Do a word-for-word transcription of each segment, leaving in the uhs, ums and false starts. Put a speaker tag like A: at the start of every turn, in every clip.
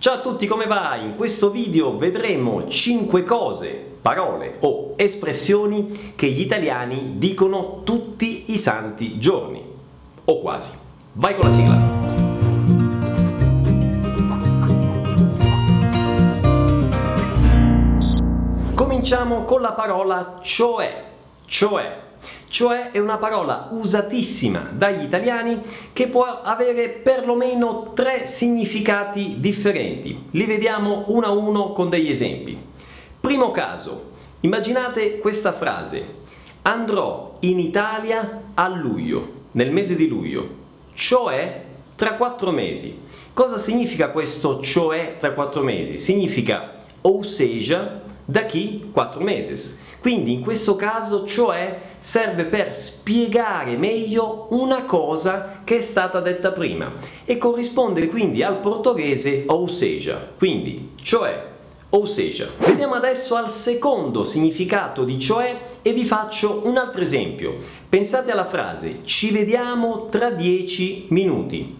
A: Ciao a tutti, come va? In questo video vedremo cinque cose, parole o espressioni che gli italiani dicono tutti i santi giorni, o quasi. Vai con la sigla! Cominciamo con la parola cioè, cioè. Cioè è una parola usatissima dagli italiani che può avere perlomeno tre significati differenti. Li vediamo uno a uno con degli esempi. Primo caso, immaginate questa frase: andrò in Italia a luglio, nel mese di luglio, cioè tra quattro mesi. Cosa significa questo cioè tra quattro mesi? Significa ou seja, daqui quattro mesi. Quindi in questo caso cioè serve per spiegare meglio una cosa che è stata detta prima e corrisponde quindi al portoghese ou seja, quindi cioè, ou seja. Vediamo adesso al secondo significato di cioè e vi faccio un altro esempio. Pensate alla frase ci vediamo tra dieci minuti,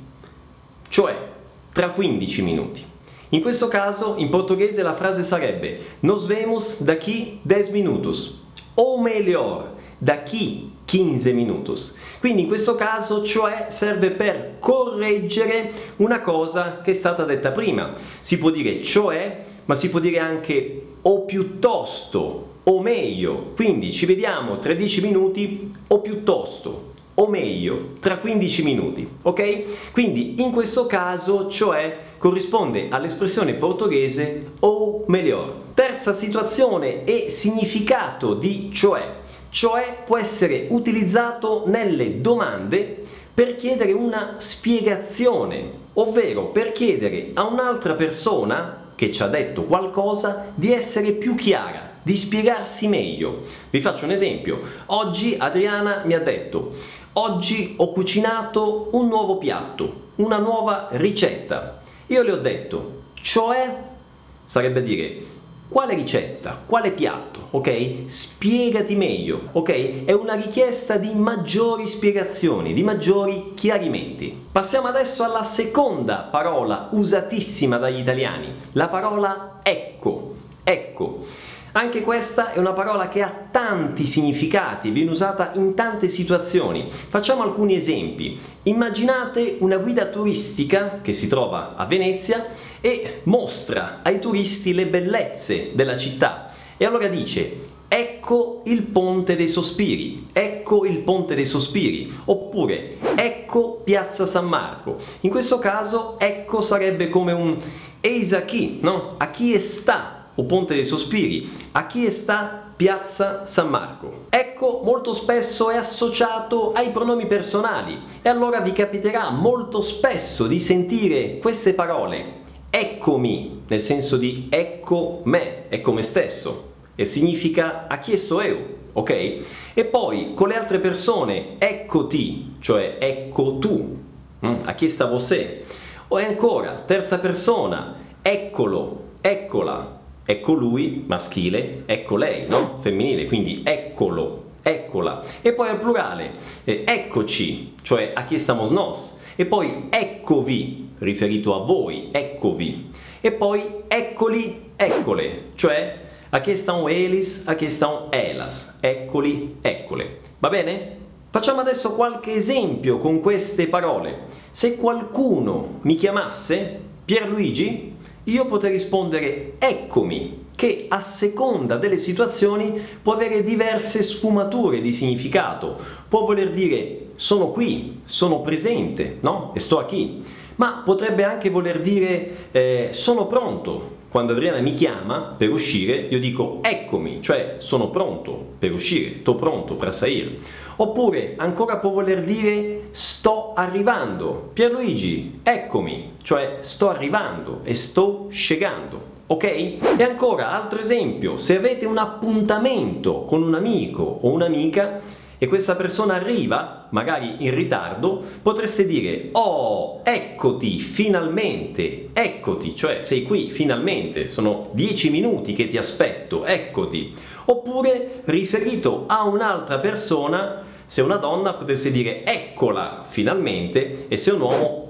A: cioè tra quindici minuti. In questo caso, in portoghese, la frase sarebbe nos vemos daqui dez minutos, ou melhor, daqui quindici minutos. Quindi in questo caso, cioè, serve per correggere una cosa che è stata detta prima. Si può dire cioè, ma si può dire anche o piuttosto, o meglio. Quindi ci vediamo tra dieci minuti, o piuttosto, o meglio, tra quindici minuti, ok? Quindi in questo caso, cioè, corrisponde all'espressione portoghese ou melhor. Terza situazione e significato di cioè. Cioè può essere utilizzato nelle domande per chiedere una spiegazione, ovvero per chiedere a un'altra persona che ci ha detto qualcosa di essere più chiara, di spiegarsi meglio. Vi faccio un esempio. Oggi Adriana mi ha detto: oggi ho cucinato un nuovo piatto, una nuova ricetta. Io le ho detto, cioè, sarebbe dire quale ricetta, quale piatto, ok? Spiegati meglio, ok? È una richiesta di maggiori spiegazioni, di maggiori chiarimenti. Passiamo adesso alla seconda parola usatissima dagli italiani, la parola ecco, ecco. Anche questa è una parola che ha tanti significati, viene usata in tante situazioni. Facciamo alcuni esempi. Immaginate una guida turistica che si trova a Venezia e mostra ai turisti le bellezze della città. E allora dice: ecco il Ponte dei Sospiri, ecco il Ponte dei Sospiri, oppure ecco Piazza San Marco. In questo caso ecco sarebbe come un eis aqui, no? A chi sta o Ponte dei Sospiri, a chi sta Piazza San Marco. Ecco molto spesso è associato ai pronomi personali e allora vi capiterà molto spesso di sentire queste parole: eccomi, nel senso di ecco me, ecco me stesso, e significa a chi sto eu, ok? E poi con le altre persone eccoti, cioè ecco tu, a chi sta você. O ancora terza persona, eccolo, eccola, ecco lui, maschile, ecco lei, no? Femminile, quindi eccolo, eccola. E poi al plurale, eh, eccoci, cioè a chi estamos nós. E poi eccovi, riferito a voi, eccovi. E poi eccoli, eccole, cioè a chi estão eles, a chi estão elas. Eccoli, eccole. Va bene? Facciamo adesso qualche esempio con queste parole. Se qualcuno mi chiamasse Pierluigi, io potrei rispondere eccomi, che a seconda delle situazioni può avere diverse sfumature di significato. Può voler dire sono qui, sono presente, no? E sto qui. Ma potrebbe anche voler dire eh, sono pronto. Quando Adriana mi chiama per uscire, io dico eccomi, cioè sono pronto per uscire, sto pronto per sair. Oppure ancora può voler dire sto arrivando. Pierluigi, eccomi, cioè sto arrivando e sto chegando, ok? E ancora, altro esempio, se avete un appuntamento con un amico o un'amica e questa persona arriva, magari in ritardo, potreste dire oh, eccoti, finalmente, eccoti, cioè sei qui, finalmente, sono dieci minuti che ti aspetto, eccoti. Oppure, riferito a un'altra persona, se è una donna potreste dire eccola, finalmente, e se è un uomo, ecco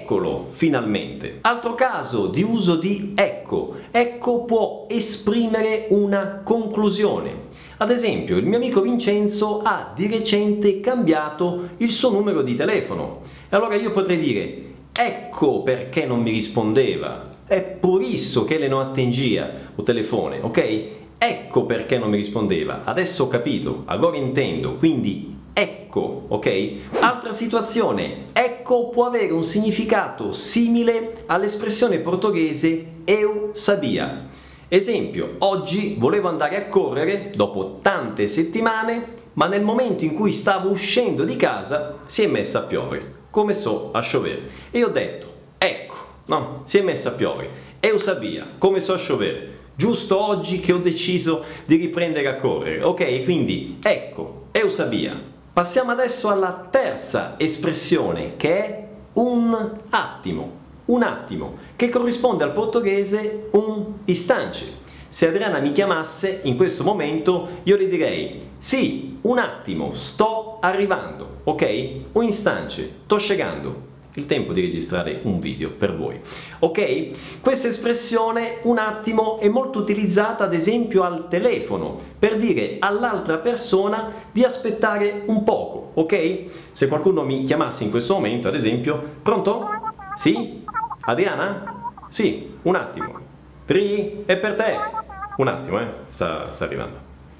A: eccolo, finalmente. Altro caso di uso di ecco. Ecco può esprimere una conclusione. Ad esempio, il mio amico Vincenzo ha di recente cambiato il suo numero di telefono. E allora io potrei dire, ecco perché non mi rispondeva. È por isso che le non attengia o telefone, ok? Ecco perché non mi rispondeva. Adesso ho capito, agora intendo, quindi ecco, ok? Altra situazione, ecco può avere un significato simile all'espressione portoghese eu sabia. Esempio, oggi volevo andare a correre dopo tante settimane, ma nel momento in cui stavo uscendo di casa si è messa a piovere. Come so a chover. E ho detto, ecco, no, si è messa a piovere. Eu sabia, come so a chover. Giusto oggi che ho deciso di riprendere a correre. Ok, quindi ecco, eu sabia. Passiamo adesso alla terza espressione, che è un attimo. Un attimo, che corrisponde al portoghese un istante. Se Adriana mi chiamasse in questo momento, io le direi, sì, un attimo, sto arrivando, ok? Un istante, sto chegando. Il tempo di registrare un video per voi, ok? Questa espressione, un attimo, è molto utilizzata ad esempio al telefono, per dire all'altra persona di aspettare un poco, ok? Se qualcuno mi chiamasse in questo momento, ad esempio, pronto? Sì? Adriana? Sì, un attimo. Pri, è per te. Un attimo, eh, sta, sta arrivando.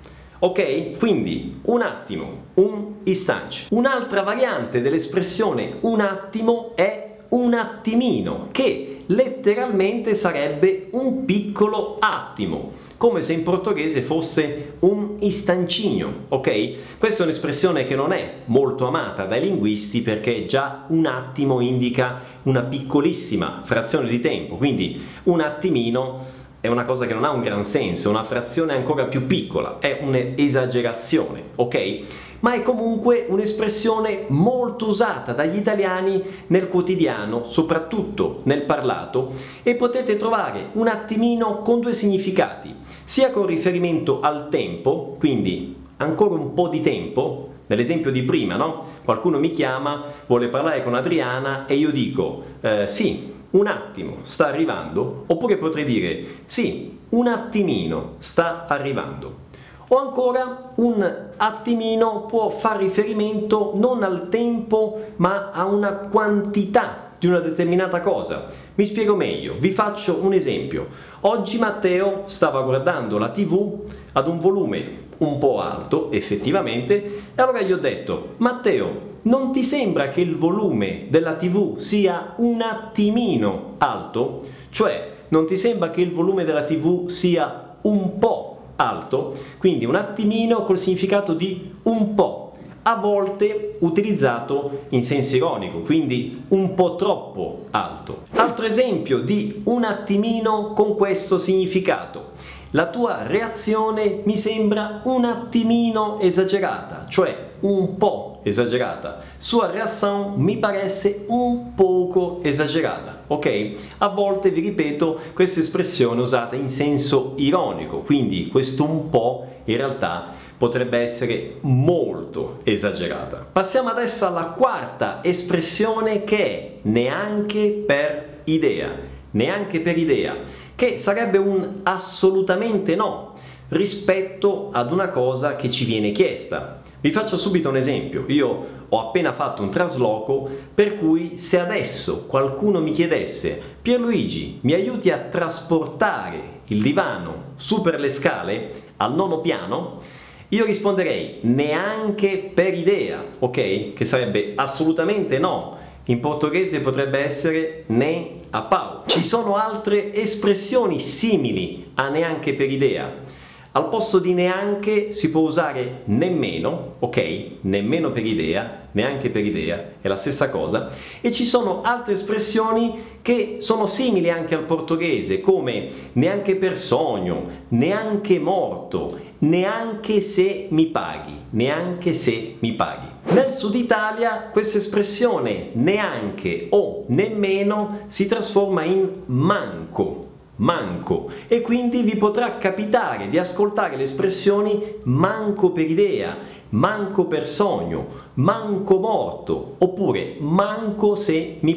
A: Ok? Quindi, un attimo, un istante. Un'altra variante dell'espressione un attimo è un attimino, che letteralmente sarebbe un piccolo attimo, come se in portoghese fosse un istancinho, ok? Questa è un'espressione che non è molto amata dai linguisti perché già un attimo indica una piccolissima frazione di tempo, quindi un attimino è una cosa che non ha un gran senso, una frazione ancora più piccola, è un'esagerazione, ok? Ma è comunque un'espressione molto usata dagli italiani nel quotidiano, soprattutto nel parlato, e potete trovare un attimino con due significati, sia con riferimento al tempo, quindi ancora un po' di tempo, nell'esempio di prima, no? Qualcuno mi chiama, vuole parlare con Adriana e io dico, eh, sì, un attimo, sta arrivando, oppure potrei dire, sì, un attimino, sta arrivando. O ancora un attimino può far riferimento non al tempo ma a una quantità di una determinata cosa. Mi spiego meglio, vi faccio un esempio. Oggi Matteo stava guardando la tivù ad un volume un po' alto, effettivamente, e allora gli ho detto, Matteo, non ti sembra che il volume della tivù sia un attimino alto? Cioè, non ti sembra che il volume della tivù sia un po' alto, quindi un attimino col significato di un po', a volte utilizzato in senso ironico, quindi un po' troppo alto. Altro esempio di un attimino con questo significato. La tua reazione mi sembra un attimino esagerata, cioè un po' esagerata. Sua reação mi parece un poco esagerata, ok? A volte, vi ripeto, questa espressione è usata in senso ironico, quindi questo un po' in realtà potrebbe essere molto esagerata. Passiamo adesso alla quarta espressione, che è neanche per idea. Neanche per idea. Che sarebbe un assolutamente no rispetto ad una cosa che ci viene chiesta. Vi faccio subito un esempio. Io ho appena fatto un trasloco per cui se adesso qualcuno mi chiedesse Pierluigi, mi aiuti a trasportare il divano su per le scale al nono piano? Io risponderei neanche per idea, ok? Che sarebbe assolutamente no. In portoghese potrebbe essere nem a pau. Ci sono altre espressioni simili a neanche per idea. Al posto di neanche si può usare nemmeno, ok? Nemmeno per idea, neanche per idea, è la stessa cosa. E ci sono altre espressioni che sono simili anche al portoghese, come neanche per sogno, neanche morto, neanche se mi paghi, neanche se mi paghi. Nel sud Italia questa espressione neanche o nemmeno si trasforma in manco. Manco, e quindi vi potrà capitare di ascoltare le espressioni manco per idea, manco per sogno, manco morto oppure manco se mi paghi.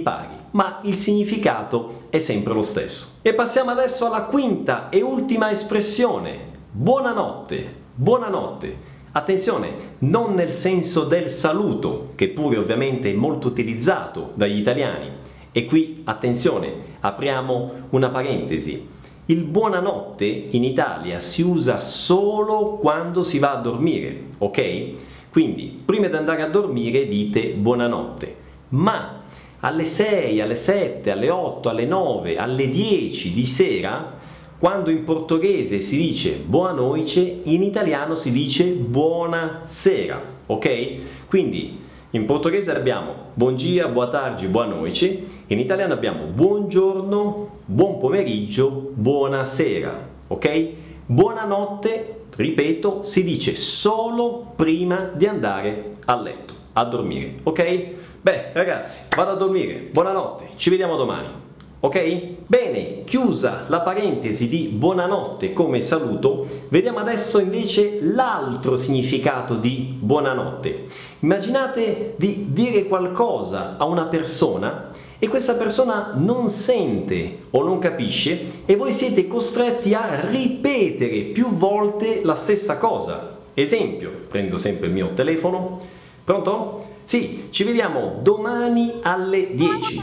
A: ma il significato è sempre lo stesso. E passiamo adesso alla quinta e ultima espressione. Buonanotte, buonanotte. Attenzione, non nel senso del saluto, che pure ovviamente è molto utilizzato dagli italiani. E qui, attenzione, apriamo una parentesi. Il buonanotte in Italia si usa solo quando si va a dormire, ok? Quindi, prima di andare a dormire dite buonanotte, ma alle sei, alle sette, alle otto, alle nove, alle dieci di sera, quando in portoghese si dice boa noite, in italiano si dice buonasera, ok? Quindi in portoghese abbiamo buon dia, boa tarde, boa noite, in italiano abbiamo buongiorno, buon pomeriggio, buonasera, ok? Buonanotte, ripeto, si dice solo prima di andare a letto, a dormire, ok? Beh, ragazzi, vado a dormire, buonanotte, ci vediamo domani. Ok? Bene, chiusa la parentesi di buonanotte come saluto, vediamo adesso invece l'altro significato di buonanotte. Immaginate di dire qualcosa a una persona e questa persona non sente o non capisce e voi siete costretti a ripetere più volte la stessa cosa. Esempio, prendo sempre il mio telefono. Pronto? Sì, ci vediamo domani alle dieci.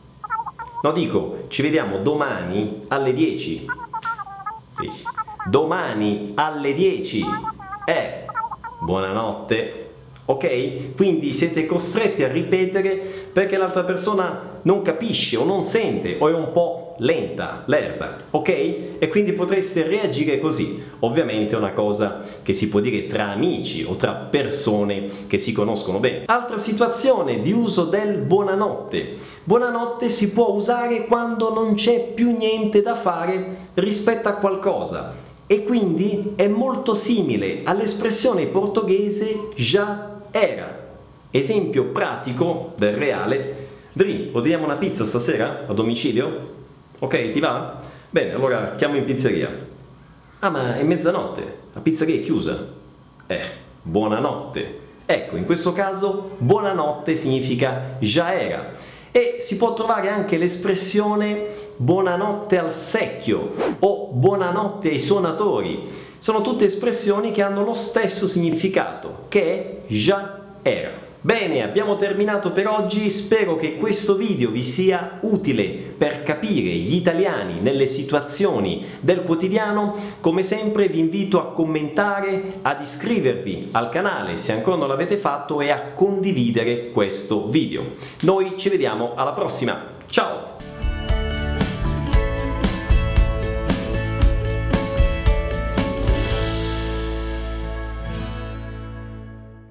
A: No, dico, ci vediamo domani alle dieci. Sì. Domani alle dieci. Eh, buonanotte. Ok? Quindi siete costretti a ripetere perché l'altra persona non capisce o non sente o è un po' lenta, lerda, ok? E quindi potreste reagire così. Ovviamente è una cosa che si può dire tra amici o tra persone che si conoscono bene. Altra situazione di uso del buonanotte. Buonanotte si può usare quando non c'è più niente da fare rispetto a qualcosa e quindi è molto simile all'espressione portoghese já era. Esempio pratico del reale. Dri, ordiniamo una pizza stasera a domicilio? Ok, ti va? Bene, allora chiamo in pizzeria. Ah, ma è mezzanotte, la pizzeria è chiusa. Eh, buonanotte. Ecco, in questo caso buonanotte significa già era. E si può trovare anche l'espressione buonanotte al secchio o buonanotte ai suonatori. Sono tutte espressioni che hanno lo stesso significato, che è già era. Bene, abbiamo terminato per oggi, spero che questo video vi sia utile per capire gli italiani nelle situazioni del quotidiano. Come sempre vi invito a commentare, ad iscrivervi al canale se ancora non l'avete fatto e a condividere questo video. Noi ci vediamo alla prossima, ciao!